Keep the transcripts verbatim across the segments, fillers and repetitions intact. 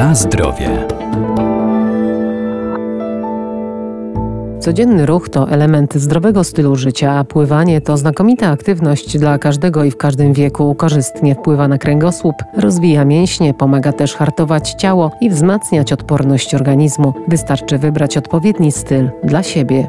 Na zdrowie. Codzienny ruch to element zdrowego stylu życia, a pływanie to znakomita aktywność dla każdego i w każdym wieku. Korzystnie wpływa na kręgosłup, rozwija mięśnie, pomaga też hartować ciało i wzmacniać odporność organizmu. Wystarczy wybrać odpowiedni styl dla siebie.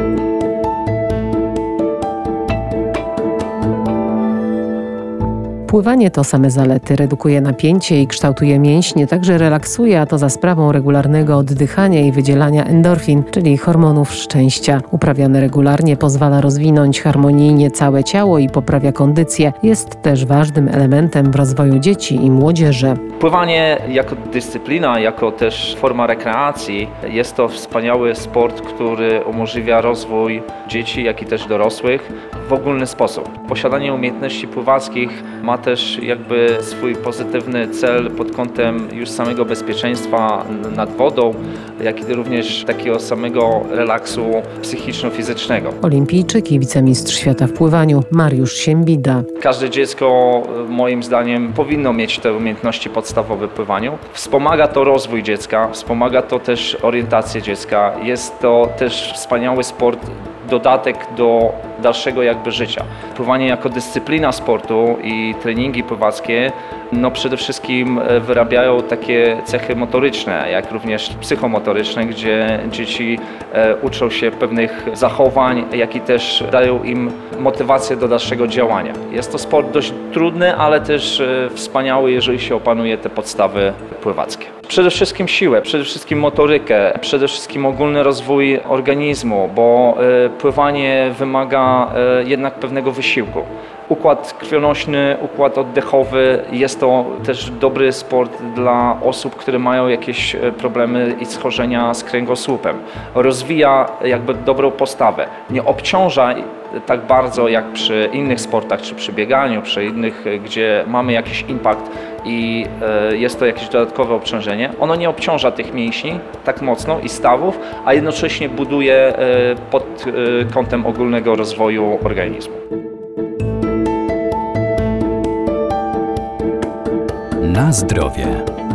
Pływanie to same zalety, redukuje napięcie i kształtuje mięśnie, także relaksuje, a to za sprawą regularnego oddychania i wydzielania endorfin, czyli hormonów szczęścia. Uprawiane regularnie pozwala rozwinąć harmonijnie całe ciało i poprawia kondycję. Jest też ważnym elementem w rozwoju dzieci i młodzieży. Pływanie jako dyscyplina, jako też forma rekreacji jest to wspaniały sport, który umożliwia rozwój dzieci, jak i też dorosłych w ogólny sposób. Posiadanie umiejętności pływackich ma też jakby swój pozytywny cel pod kątem już samego bezpieczeństwa nad wodą, jak i również takiego samego relaksu psychiczno-fizycznego. Olimpijczyk i wicemistrz świata w pływaniu Mariusz Siembida. Każde dziecko moim zdaniem powinno mieć te umiejętności podstawowe w pływaniu. Wspomaga to rozwój dziecka, wspomaga to też orientację dziecka. Jest to też wspaniały sport, dodatek do dalszego jakby życia. Pływanie jako dyscyplina sportu i treningi pływackie no przede wszystkim wyrabiają takie cechy motoryczne, jak również psychomotoryczne, gdzie dzieci e, uczą się pewnych zachowań, jak i też dają im motywację do dalszego działania. Jest to sport dość trudny, ale też e, wspaniały, jeżeli się opanuje te podstawy pływackie. Przede wszystkim siłę, przede wszystkim motorykę, przede wszystkim ogólny rozwój organizmu, bo e, pływanie wymaga e, jednak pewnego wysiłku. Układ krwionośny, układ oddechowy, jest to też dobry sport dla osób, które mają jakieś problemy i schorzenia z kręgosłupem. Rozwija jakby dobrą postawę, nie obciąża tak bardzo jak przy innych sportach, czy przy bieganiu, przy innych, gdzie mamy jakiś impact i jest to jakieś dodatkowe obciążenie. Ono nie obciąża tych mięśni tak mocno i stawów, a jednocześnie buduje pod kątem ogólnego rozwoju organizmu. Na zdrowie.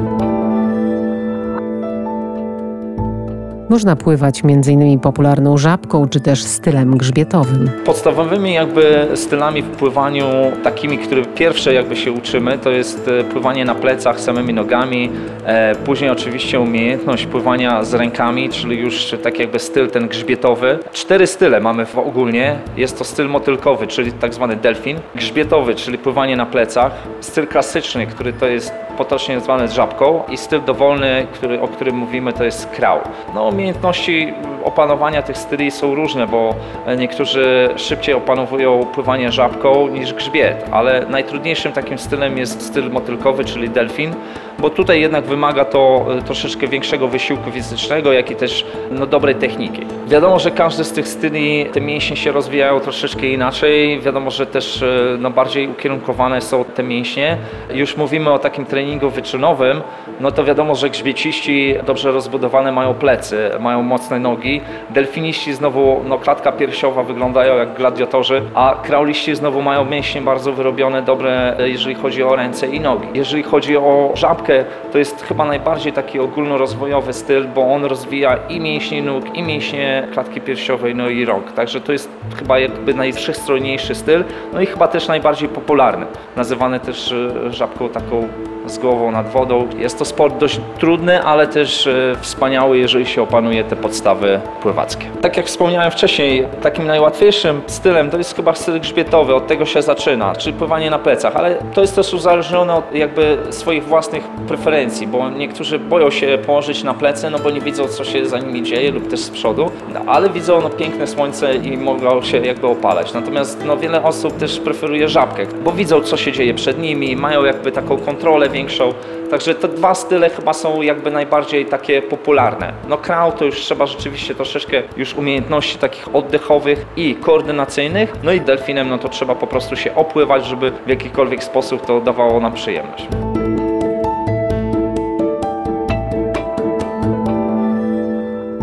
Można pływać między innymi popularną żabką, czy też stylem grzbietowym. Podstawowymi jakby stylami w pływaniu, takimi, które pierwsze jakby się uczymy, to jest pływanie na plecach samymi nogami, e, później oczywiście umiejętność pływania z rękami, czyli już tak jakby styl ten grzbietowy. Cztery style mamy w ogólnie. Jest to styl motylkowy, czyli tak zwany delfin, grzbietowy, czyli pływanie na plecach, styl klasyczny, który to jest potocznie zwany żabką i styl dowolny, który, o którym mówimy, to jest kraul. No, umiejętności opanowania tych styli są różne, bo niektórzy szybciej opanowują pływanie żabką niż grzbiet, ale najtrudniejszym takim stylem jest styl motylkowy, czyli delfin, bo tutaj jednak wymaga to troszeczkę większego wysiłku fizycznego, jak i też no, dobrej techniki. Wiadomo, że każdy z tych styli, te mięśnie się rozwijają troszeczkę inaczej, wiadomo, że też no, bardziej ukierunkowane są te mięśnie. Już mówimy o takim treningu wyczynowym, no to wiadomo, że grzbieciści dobrze rozbudowane mają plecy, mają mocne nogi. Delfiniści znowu, no klatka piersiowa wyglądają jak gladiatorzy, a krauliści znowu mają mięśnie bardzo wyrobione, dobre, jeżeli chodzi o ręce i nogi. Jeżeli chodzi o żabkę, to jest chyba najbardziej taki ogólnorozwojowy styl, bo on rozwija i mięśnie nóg, i mięśnie klatki piersiowej, no i rąk. Także to jest chyba jakby najwszechstronniejszy styl, no i chyba też najbardziej popularny. Nazywany też żabką taką z głową nad wodą. Jest to sport dość trudny, ale też wspaniały, jeżeli się opanuje te podstawy pływackie. Tak jak wspomniałem wcześniej, takim najłatwiejszym stylem to jest chyba styl grzbietowy, od tego się zaczyna, czyli pływanie na plecach, ale to jest też uzależnione od jakby swoich własnych preferencji, bo niektórzy boją się położyć na plecy, no bo nie widzą, co się za nimi dzieje lub też z przodu, ale widzą no, piękne słońce i mogą się jakby opalać. Natomiast no, wiele osób też preferuje żabkę, bo widzą, co się dzieje przed nimi, mają jakby taką kontrolę większą. Także te dwa style chyba są jakby najbardziej takie popularne. No kraul to już trzeba rzeczywiście troszeczkę już umiejętności takich oddechowych i koordynacyjnych. No i delfinem no to trzeba po prostu się opływać, żeby w jakikolwiek sposób to dawało nam przyjemność. W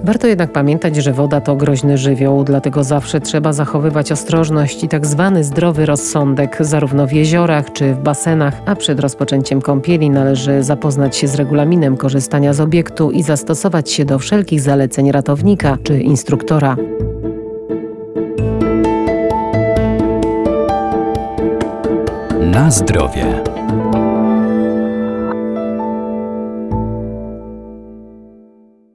Warto jednak pamiętać, że woda to groźny żywioł, dlatego zawsze trzeba zachowywać ostrożność i tak zwany zdrowy rozsądek, zarówno w jeziorach czy w basenach, a przed rozpoczęciem kąpieli należy zapoznać się z regulaminem korzystania z obiektu i zastosować się do wszelkich zaleceń ratownika czy instruktora. Na zdrowie.